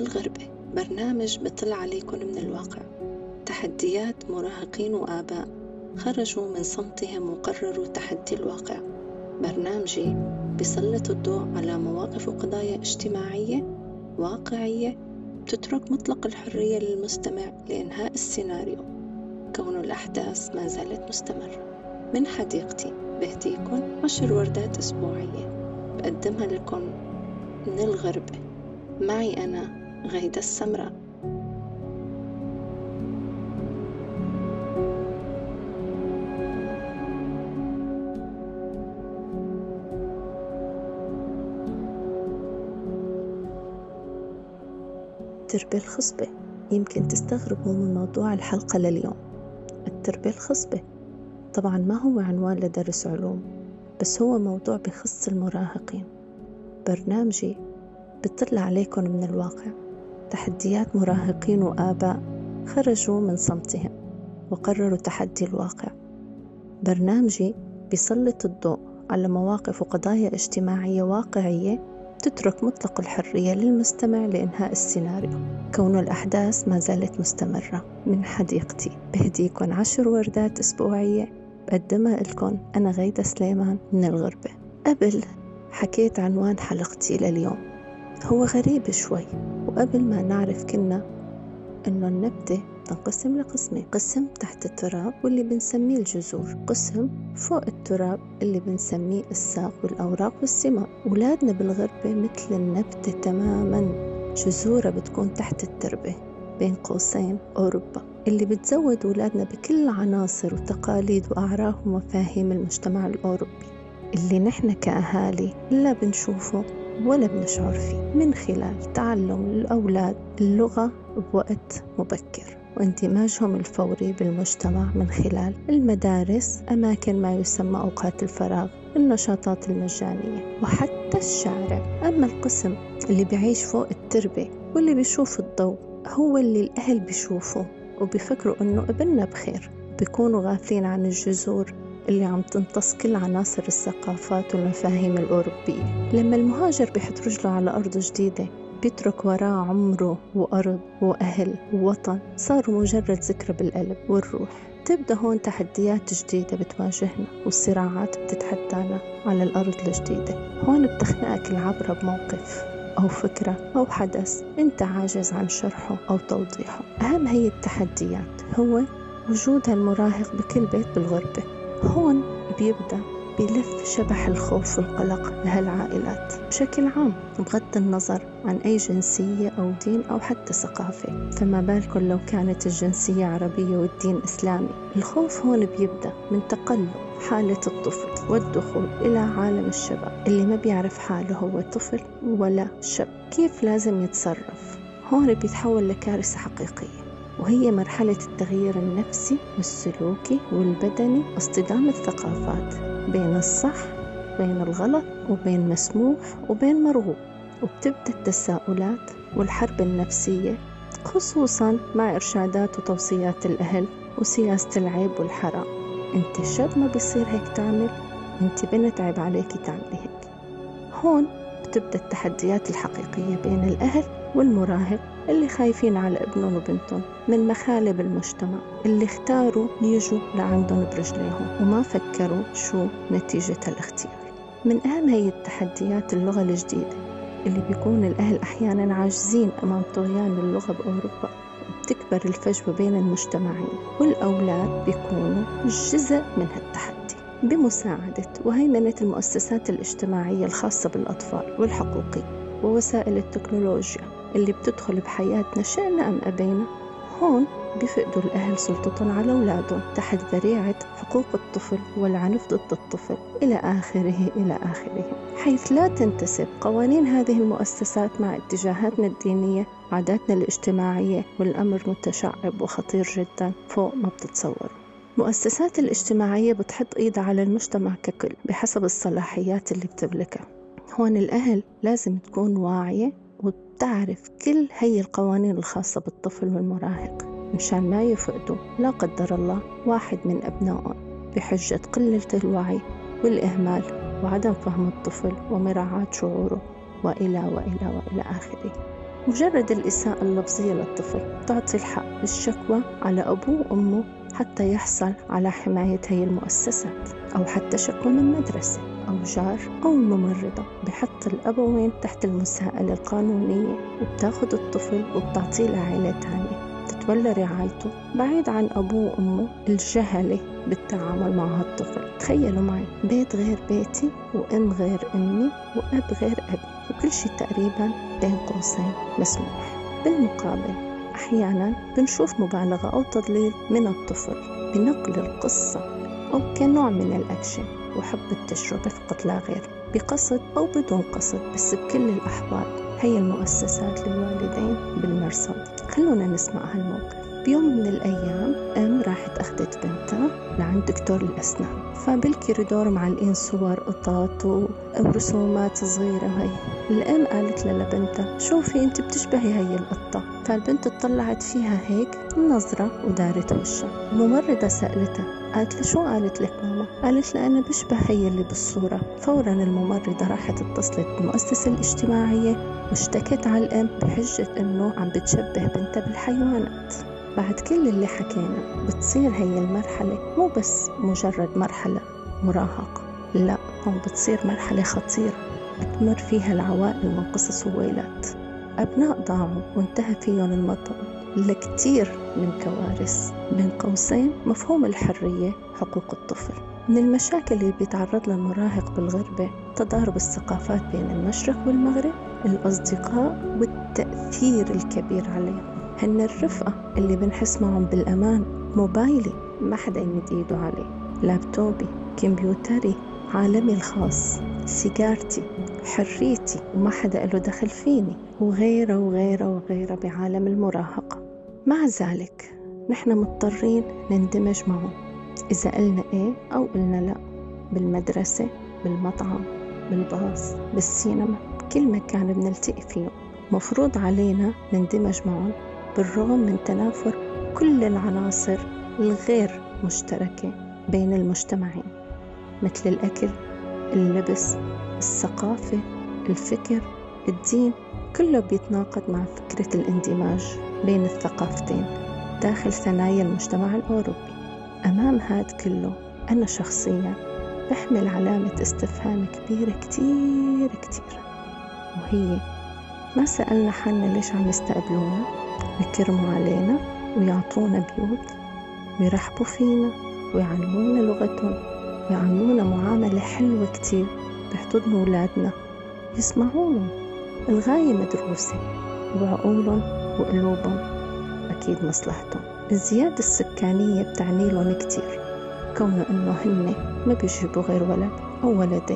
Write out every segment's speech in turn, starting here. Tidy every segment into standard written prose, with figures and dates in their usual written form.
الغربة، برنامج بطلع عليكم من الواقع، تحديات مراهقين وآباء خرجوا من صمتهم وقرروا تحدي الواقع. برنامجي بيسلط الضوء على مواقف وقضايا اجتماعية واقعية بتترك مطلق الحرية للمستمع لإنهاء السيناريو، كون الأحداث ما زالت مستمرة. من حديقتي بهديكم 10 وردات أسبوعية بقدمها لكم من الغربة، معي أنا غيدة السمراء. التربية الخصبة، يمكن تستغربوا من موضوع الحلقة لليوم. التربية الخصبة طبعا ما هو عنوان لدرس علوم، بس هو موضوع بخص المراهقين. برنامجي بيطلع عليكم من الواقع، تحديات مراهقين وآباء خرجوا من صمتهم وقرروا تحدي الواقع. برنامجي بيسلط الضوء على مواقف وقضايا اجتماعية واقعية تترك مطلق الحرية للمستمع لإنهاء السيناريو، كون الأحداث ما زالت مستمرة. من حديقتي بهديكم 10 وردات أسبوعية بقدمها لكم أنا غيدة سليمان من الغربة. قبل حكيت عنوان حلقتي لليوم، هو غريب شوي، وقبل ما نعرف كنا إنه النبتة تنقسم لقسمين، قسم تحت التراب واللي بنسميه الجذور، قسم فوق التراب اللي بنسميه الساق والأوراق والثمار. أولادنا بالغربة مثل النبتة تماماً، جذورها بتكون تحت التربة بين قوسين أوروبا، اللي بتزود أولادنا بكل عناصر وتقاليد وأعراف ومفاهيم المجتمع الأوروبي، اللي نحن كأهالي لا بنشوفه ولا بنشعر فيه، من خلال تعلم الأولاد اللغة بوقت مبكر واندماجهم الفوري بالمجتمع من خلال المدارس، أماكن ما يسمى أوقات الفراغ، النشاطات المجانية، وحتى الشارع. أما القسم اللي بيعيش فوق التربة واللي بيشوف الضوء هو اللي الأهل بيشوفوا وبيفكروا إنه ابننا بخير، بيكونوا غافلين عن الجذور اللي عم تمتص كل عناصر الثقافات والمفاهيم الأوروبية. لما المهاجر بيحط رجله على أرض جديدة بيترك وراه عمره وأرض وأهل ووطن صاروا مجرد ذكرى بالقلب والروح. تبدأ هون تحديات جديدة بتواجهنا والصراعات بتتحدانا على الأرض الجديدة. هون بتخنقك العبرة بموقف أو فكرة أو حدث أنت عاجز عن شرحه أو توضيحه. أهم هي التحديات هو وجود المراهق بكل بيت بالغربة. هون بيلف شبح الخوف والقلق لهالعائلات بشكل عام، بغض النظر عن أي جنسية أو دين أو حتى ثقافة، فما بالكم لو كانت الجنسية عربية والدين إسلامي. الخوف هون بيبدأ من تقلب حالة الطفل والدخول إلى عالم الشباب اللي ما بيعرف حاله هو طفل ولا شاب، كيف لازم يتصرف. هون بيتحول لكارثة حقيقية، وهي مرحلة التغيير النفسي والسلوكي والبدني، اصطدام الثقافات بين الصح بين الغلط وبين مسموح وبين مرغوب. وبتبدأ التساؤلات والحرب النفسية، خصوصاً مع إرشادات وتوصيات الأهل وسياسة العيب والحرام. أنت شاب ما بيصير هيك تعمل، أنت بنت عيب عليكي تعملي هيك. هون بتبدأ التحديات الحقيقية بين الأهل والمراهق اللي خايفين على ابنهم وبنتهم من مخالب المجتمع، اللي اختاروا يجوا لعندهم برجليهم وما فكروا شو نتيجة الاختيار. من أهم هي التحديات اللغة الجديدة، اللي بيكون الأهل أحياناً عاجزين أمام طغيان اللغة بأوروبا، وبتكبر الفجوة بين المجتمعين، والأولاد بيكونوا جزء من هالتحدي بمساعدة وهيمنة المؤسسات الاجتماعية الخاصة بالأطفال والحقوقية ووسائل التكنولوجيا اللي بتدخل بحياتنا شئنا أم أبينا. هون بيفقدوا الأهل سلطتهم على أولادهم تحت ذريعة حقوق الطفل والعنف ضد الطفل إلى آخره، حيث لا تنتسب قوانين هذه المؤسسات مع اتجاهاتنا الدينية وعاداتنا الاجتماعية، والأمر متشعب وخطير جدا فوق ما بتتصوروا. المؤسسات الاجتماعية بتحط إيدها على المجتمع ككل بحسب الصلاحيات اللي بتملكها. هون الأهل لازم تكون واعية وتعرف كل هي القوانين الخاصة بالطفل والمراهق مشان ما يفقدوا لا قدر الله واحد من أبنائهم بحجة قلة الوعي والإهمال وعدم فهم الطفل ومراعاة شعوره وإلى آخره. مجرد الإساءة اللفظية للطفل تعطي الحق للشكوى على أبوه وأمه حتى يحصل على حماية هي المؤسسات، أو حتى شكوى من مدرسة أو جار أو الممرضة. بحط الأبوين تحت المساءلة القانونية، وبتاخد الطفل وبتعطيه لعائلة تانية تتولى رعايته بعيد عن أبوه وأمه الجهلة بالتعامل مع هالطفل. تخيلوا معي بيت غير بيتي، وأم غير أمي، وأب غير أبي، وكل شيء تقريبا بين قوسين مسموح. بالمقابل أحيانا بنشوف مبالغة أو تضليل من الطفل بنقل القصة أو كنوع من الأكشن وحب التجربة فقط لا غير، بقصد أو بدون قصد، بس بكل الأحوال هي المؤسسات للوالدين بالمرصاد. خلونا نسمع هالموقف. بيوم من الأيام أم راحت أخذت بنتها لعند دكتور الأسنان، فبالكوريدور معلقين صور قطط ورسومات صغيرة. وهي الأم قالت لبنتها شوفي أنت بتشبهي هي القطة، فالبنت اطلعت فيها هيك نظرة ودارت وشها. الممرضة سألتها قالت له شو قالت لك ماما؟ قالت لها أنا بشبه هي اللي بالصورة. فورا الممرضة راحت اتصلت بالمؤسسة الاجتماعية واشتكت على الأم بحجة إنه عم بتشبه بنتها بالحيوانات. بعد كل اللي حكينا بتصير هي المرحلة مو بس مجرد مرحلة مراهقة، لا، هون بتصير مرحلة خطيرة بتمر فيها العوائل من قصص وويلات. أبناء ضاعوا وانتهى فيهم المطر لكتير من كوارث. بين قوسين مفهوم الحرية حقوق الطفل. من المشاكل اللي بيتعرض لها المراهق بالغربة تضارب الثقافات بين المشرق والمغرب، الأصدقاء والتأثير الكبير عليهم. هن الرفقة اللي بنحس معهم بالأمان، موبايلي ما حدا يمد إيده عليه، لابتوبي، كمبيوتري، عالمي الخاص، سيجارتي، حريتي وما حدا له دخل فيني، وغيره وغيره وغيره بعالم المراهقة. مع ذلك نحن مضطرين نندمج معهم، إذا قلنا إيه أو قلنا لا، بالمدرسة، بالمطعم، بالباص، بالسينما، بكل مكان بنلتقي فيه مفروض علينا نندمج معهم بالرغم من تنافر كل العناصر الغير مشتركة بين المجتمعين، مثل الأكل، اللبس، الثقافة، الفكر، الدين، كله بيتناقض مع فكرة الاندماج بين الثقافتين داخل ثنايا المجتمع الأوروبي. أمام هاد كله أنا شخصيا بحمل علامة استفهام كبيرة كتير كتير، وهي ما سألنا حالنا ليش عم يستقبلونا ويكرموا علينا ويعطونا بيوت ويرحبوا فينا ويعلمونا لغتهم ويعاملونا معاملة حلوة كتير، بيحتضنوا أولادنا، يسمعونهم. الغاية مدروسة وعقولهم وقلوبهم أكيد مصلحتهم. الزيادة السكانية بتعني لهم كتير، كونه إنه هن ما بيجيبوا غير ولد أو ولدين،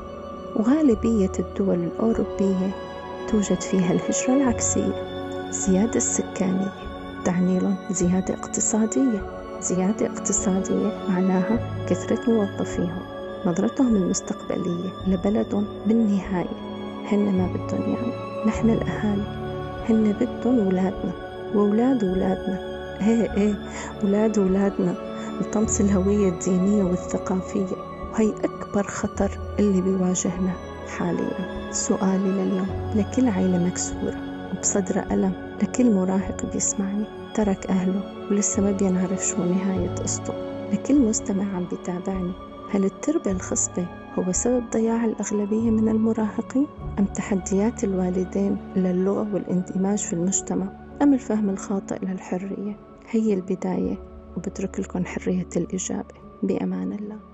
وغالبية الدول الأوروبية توجد فيها الهجرة العكسية. الزيادة السكانية تعني لهم زيادة اقتصادية. زيادة اقتصادية معناها كثرة موظفيهم. نظرتهم المستقبلية لبلدهم بالنهاية هن ما بدهم يعني. نحن الأهالي هن بدهم أولادنا وأولاد أولادنا، إيه أولاد أولادنا، لطمس الهوية الدينية والثقافية، وهي أكبر خطر اللي بيواجهنا حاليا. سؤالي لليوم لكل عائلة مكسورة وبصدر ألم، لكل مراهق بيسمعني ترك أهله ولسه ما بينعرف شو نهاية قصته، لكل مستمع عم بيتابعني، هل التربية الخصبة هو سبب ضياع الأغلبية من المراهقين؟ أم تحديات الوالدين للغة والاندماج في المجتمع؟ أم الفهم الخاطئ للحرية؟ هي البداية، وبترك لكم حرية الإجابة. بأمان الله.